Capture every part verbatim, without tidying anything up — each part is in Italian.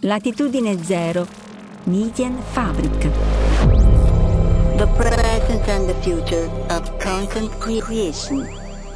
Latitudine Zero, Medienfabrik. The present and the future of content creation.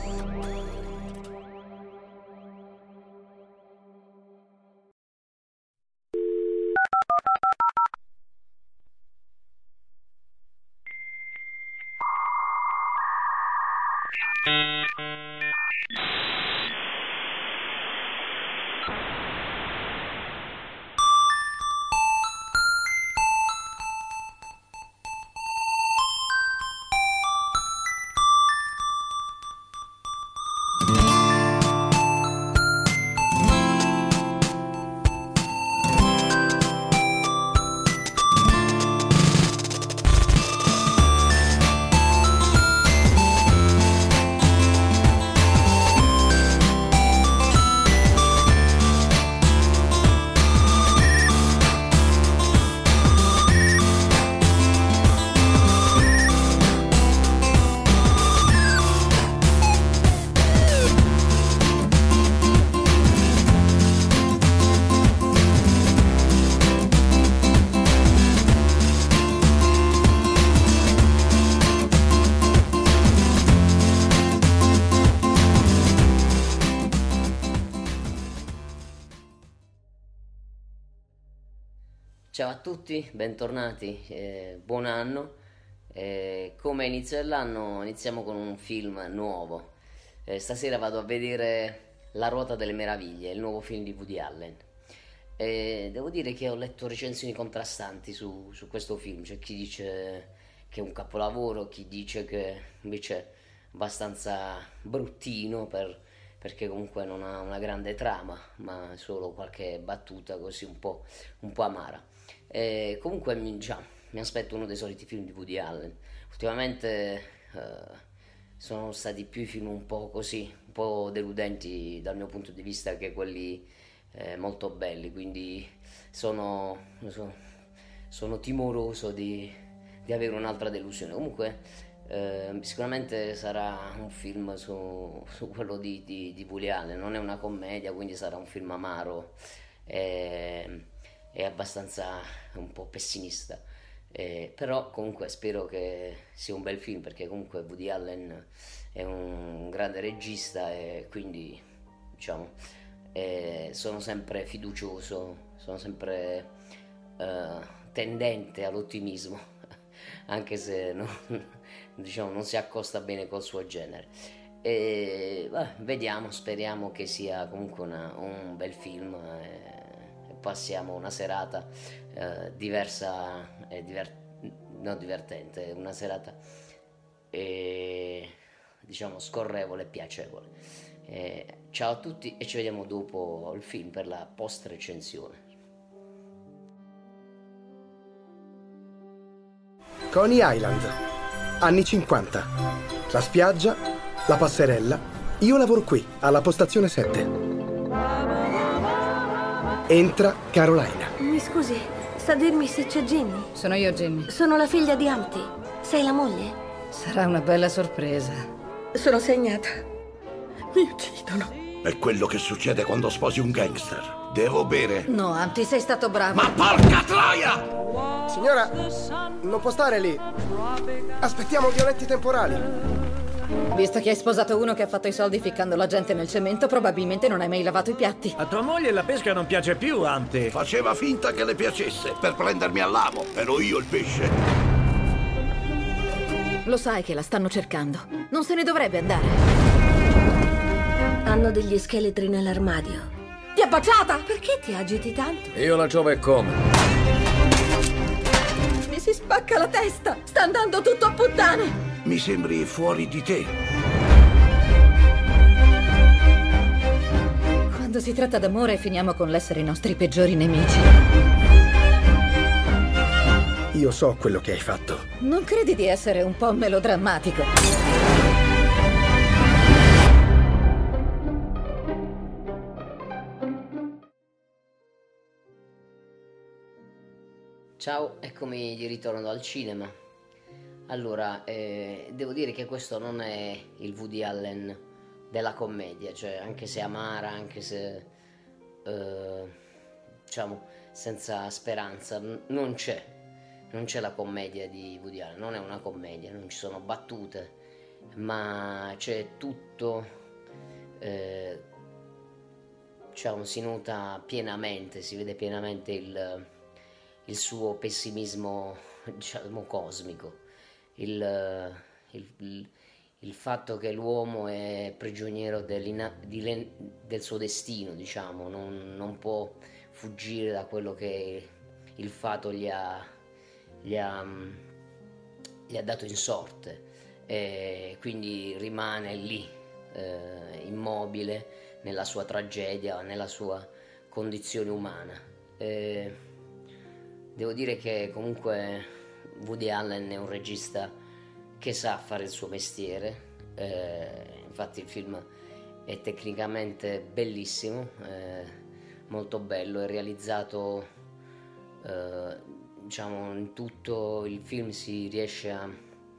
Ciao a tutti, bentornati, eh, buon anno. Eh, come inizio dell'anno iniziamo con un film nuovo. Eh, stasera vado a vedere La ruota delle meraviglie, il nuovo film di Woody Allen. Eh, devo dire che ho letto recensioni contrastanti su, su questo film. C'è chi dice che è un capolavoro, chi dice che invece è abbastanza bruttino per, perché comunque non ha una grande trama, ma solo qualche battuta così un po', un po' amara. E comunque mi, diciamo, mi aspetto uno dei soliti film di Woody Allen. Ultimamente eh, sono stati più i film un po' così, un po' deludenti dal mio punto di vista che quelli eh, molto belli, quindi sono, sono, sono timoroso di, di avere un'altra delusione. Comunque eh, sicuramente sarà un film su, su quello di, di, di Woody Allen, non è una commedia, quindi sarà un film amaro. Eh, è abbastanza un po' pessimista, eh, però comunque spero che sia un bel film, perché comunque Woody Allen è un grande regista e quindi diciamo eh, sono sempre fiducioso, sono sempre eh, tendente all'ottimismo anche se non, diciamo, non si accosta bene col suo genere. E, beh, vediamo, speriamo che sia comunque una, un bel film eh, passiamo una serata eh, diversa e diver- non divertente, una serata eh, diciamo scorrevole e piacevole. Eh, ciao a tutti e ci vediamo dopo il film per la post recensione. Coney Island, anni cinquanta. La spiaggia, la passerella. Io lavoro qui, alla postazione sette. Entra Carolina. Mi scusi, sa dirmi se c'è Jimmy? Sono io, Jimmy. Sono la figlia di Humpty. Sei la moglie? Sarà una bella sorpresa. Sono segnata. Mi uccidono. È quello che succede quando sposi un gangster. Devo bere. No, Humpty, sei stato bravo. Ma porca troia! Signora, non può stare lì. Aspettiamo violenti temporali. Visto che hai sposato uno che ha fatto i soldi ficcando la gente nel cemento, probabilmente non hai mai lavato i piatti. A tua moglie la pesca non piace più, Humpty. Faceva finta che le piacesse per prendermi all'amo. Ero io il pesce. Lo sai che la stanno cercando. Non se ne dovrebbe andare. Hanno degli scheletri nell'armadio. Ti ha baciata! Perché ti agiti tanto? Io la giove come? Mi si spacca la testa! Sta andando tutto a puttane! Mi sembri fuori di te. Quando si tratta d'amore finiamo con l'essere i nostri peggiori nemici. Io so quello che hai fatto. Non credi di essere un po' melodrammatico? Ciao, eccomi di ritorno dal cinema. Allora, eh, devo dire che questo non è il Woody Allen della commedia, cioè anche se amara, anche se eh, diciamo, senza speranza. Non c'è, non c'è la commedia di Woody Allen, non è una commedia, non ci sono battute, ma c'è tutto, eh, diciamo, si nota pienamente, si vede pienamente il, il suo pessimismo, diciamo, cosmico, il, il, il, il fatto che l'uomo è prigioniero di, del suo destino, diciamo, non, non può fuggire da quello che il fato gli ha, gli ha, gli ha dato in sorte, e quindi rimane lì, eh, immobile nella sua tragedia, nella sua condizione umana. E devo dire che comunque Woody Allen è un regista che sa fare il suo mestiere, eh, infatti il film è tecnicamente bellissimo, eh, molto bello, è realizzato, eh, diciamo, in tutto il film si riesce a,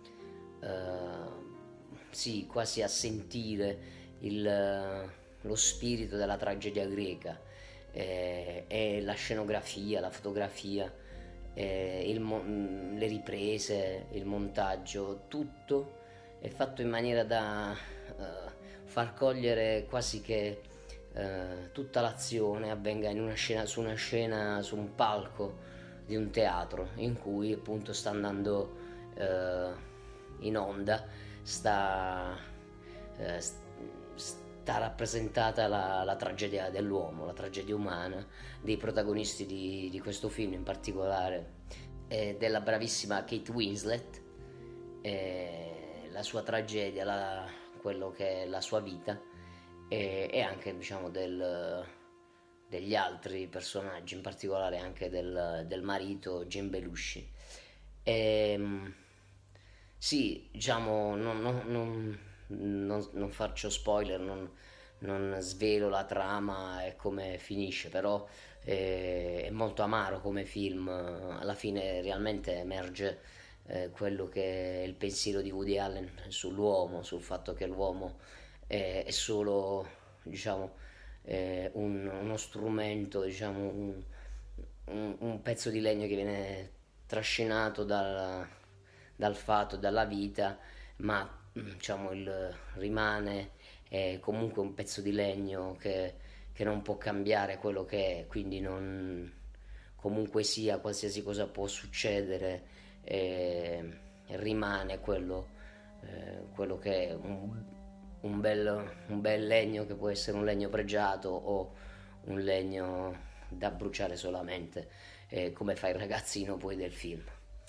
eh, sì, quasi a sentire il, lo spirito della tragedia greca, eh, e la scenografia, la fotografia, Eh, il mo- le riprese, il montaggio, tutto è fatto in maniera da uh, far cogliere quasi che uh, tutta l'azione avvenga in una scena, su una scena, su un palco di un teatro in cui appunto sta andando uh, in onda, sta, uh, sta rappresentata la, la tragedia dell'uomo, la tragedia umana dei protagonisti di, di questo film, in particolare eh, della bravissima Kate Winslet, eh, la sua tragedia, la, quello che è la sua vita, eh, e anche, diciamo, del, degli altri personaggi, in particolare anche del, del marito Jim Belushi. E, sì, diciamo, non, non, non Non, non faccio spoiler, non, non svelo la trama e come finisce, però eh, è molto amaro come film. Alla fine realmente emerge eh, quello che è il pensiero di Woody Allen sull'uomo, sul fatto che l'uomo è, è solo, diciamo, eh, un, uno strumento, diciamo, un, un, un pezzo di legno che viene trascinato dal, dal fato, dalla vita, ma diciamo il, rimane eh, comunque un pezzo di legno che, che non può cambiare quello che è, quindi non, comunque sia, qualsiasi cosa può succedere, eh, rimane quello, eh, quello che è un, un, bel, un bel legno, che può essere un legno pregiato o un legno da bruciare solamente, eh, come fa il ragazzino poi del film.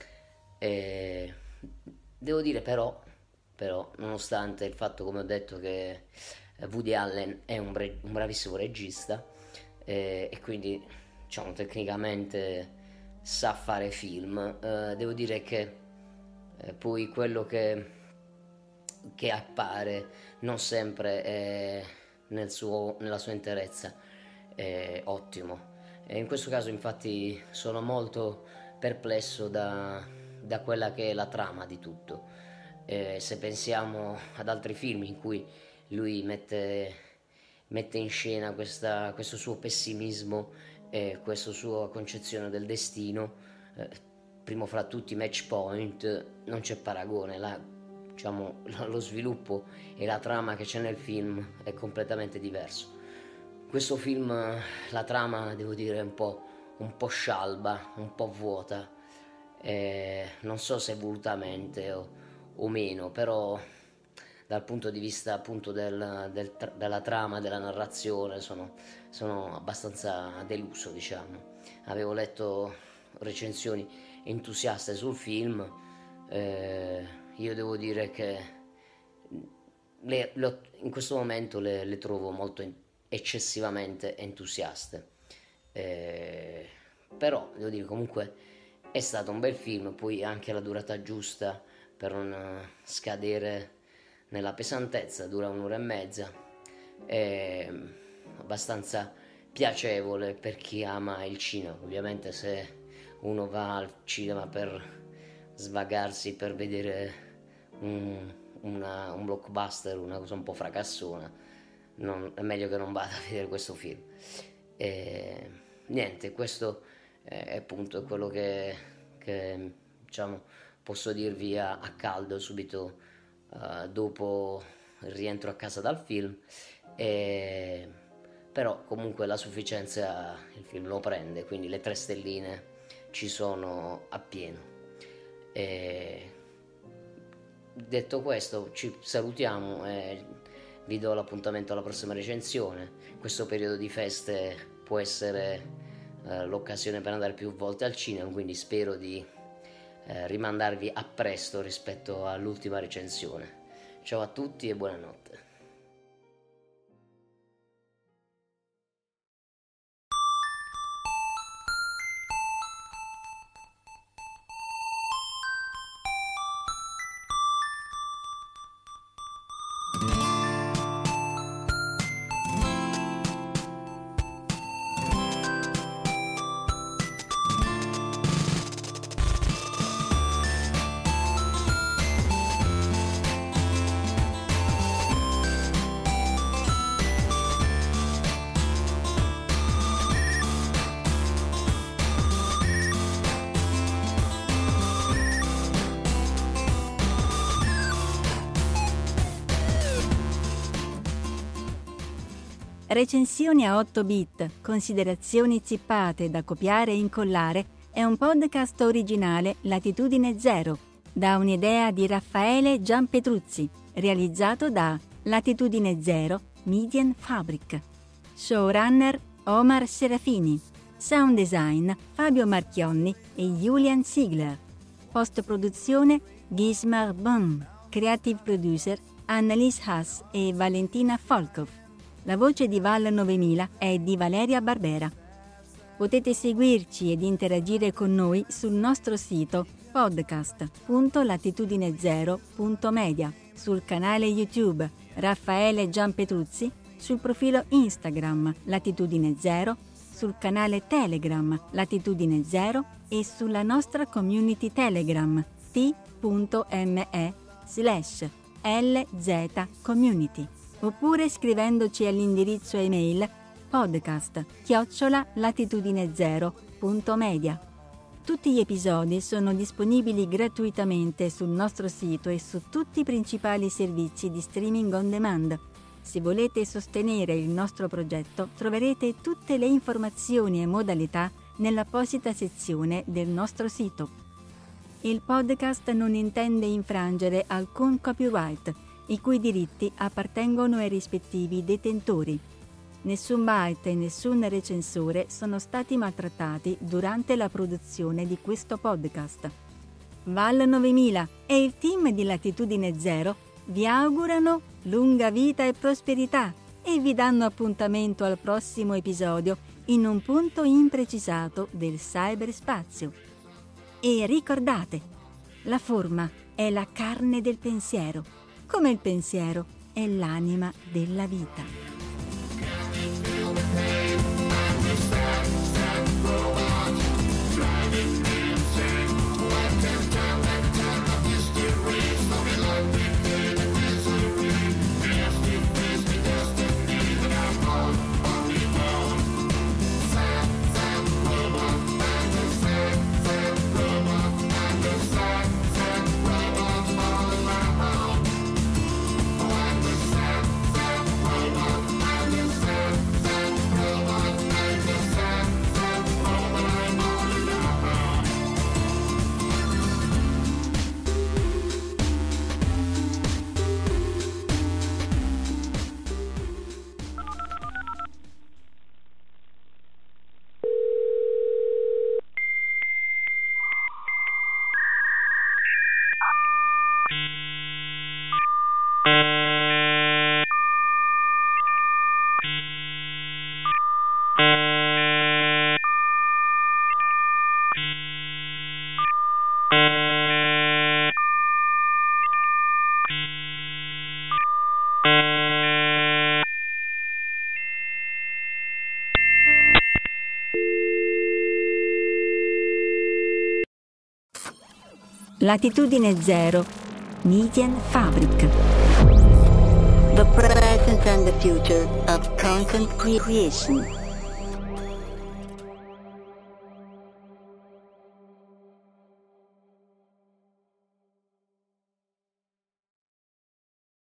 Eh, devo dire però Però, nonostante il fatto, come ho detto, che Woody Allen è un, bre- un bravissimo regista, eh, e quindi, diciamo, tecnicamente sa fare film, eh, devo dire che eh, poi quello che, che appare non sempre è nel suo, nella sua interezza è ottimo. E in questo caso, infatti, sono molto perplesso da, da quella che è la trama di tutto. Eh, se pensiamo ad altri film in cui lui mette, mette in scena questa, questo suo pessimismo e questa sua concezione del destino, eh, primo fra tutti Match Point, non c'è paragone. La, diciamo, lo sviluppo e la trama che c'è nel film è completamente diverso. Questo film, la trama, devo dire, è un po', un po' scialba, un po' vuota, eh, non so se volutamente o o meno, però dal punto di vista appunto del, del, della trama, della narrazione, sono, sono abbastanza deluso, diciamo. Avevo letto recensioni entusiaste sul film, eh, io devo dire che le, le, in questo momento le, le trovo molto eccessivamente entusiaste, eh, però devo dire comunque è stato un bel film, poi anche la durata giusta per non scadere nella pesantezza, dura un'ora e mezza, è abbastanza piacevole per chi ama il cinema. Ovviamente se uno va al cinema per svagarsi, per vedere un, una, un blockbuster, una cosa un po' fracassona, non, è meglio che non vada a vedere questo film. E niente, questo è appunto quello che, che diciamo posso dirvi a, a caldo subito uh, dopo il rientro a casa dal film, e, però comunque la sufficienza il film lo prende, quindi le tre stelline ci sono appieno. E, detto questo, ci salutiamo e vi do l'appuntamento alla prossima recensione. Questo periodo di feste può essere eh, l'occasione per andare più volte al cinema, quindi spero di eh, rimandarvi a presto rispetto all'ultima recensione. Ciao a tutti e buonanotte. Recensioni a otto bit, considerazioni zippate da copiare e incollare è un podcast originale Latitudine Zero, da un'idea di Raffaele Gianpetruzzi, realizzato da Latitudine Zero Media Fabric. Showrunner Omar Serafini. Sound design Fabio Marchionni e Julian Ziegler. Post-produzione Gismar Bum. Creative producer Annalise Haas e Valentina Volkov. La voce di Val novemila è di Valeria Barbera. Potete seguirci ed interagire con noi sul nostro sito podcast punto latitudine zero punto media, sul canale YouTube Raffaele Gianpetruzzi, sul profilo Instagram Latitudine Zero, sul canale Telegram Latitudine Zero e sulla nostra community Telegram t.me slash lz community. Oppure scrivendoci all'indirizzo email podcast chiocciola latitudine zero punto media. Tutti gli episodi sono disponibili gratuitamente sul nostro sito e su tutti i principali servizi di streaming on demand. Se volete sostenere il nostro progetto, troverete tutte le informazioni e modalità nell'apposita sezione del nostro sito. Il podcast non intende infrangere alcun copyright, i cui diritti appartengono ai rispettivi detentori. Nessun byte e nessun recensore sono stati maltrattati durante la produzione di questo podcast. Val novemila e il team di Latitudine Zero vi augurano lunga vita e prosperità e vi danno appuntamento al prossimo episodio in un punto imprecisato del cyberspazio. E ricordate, la forma è la carne del pensiero, come il pensiero è l'anima della vita. Latitudine Zero Media Fabric. The present and the future of content creation.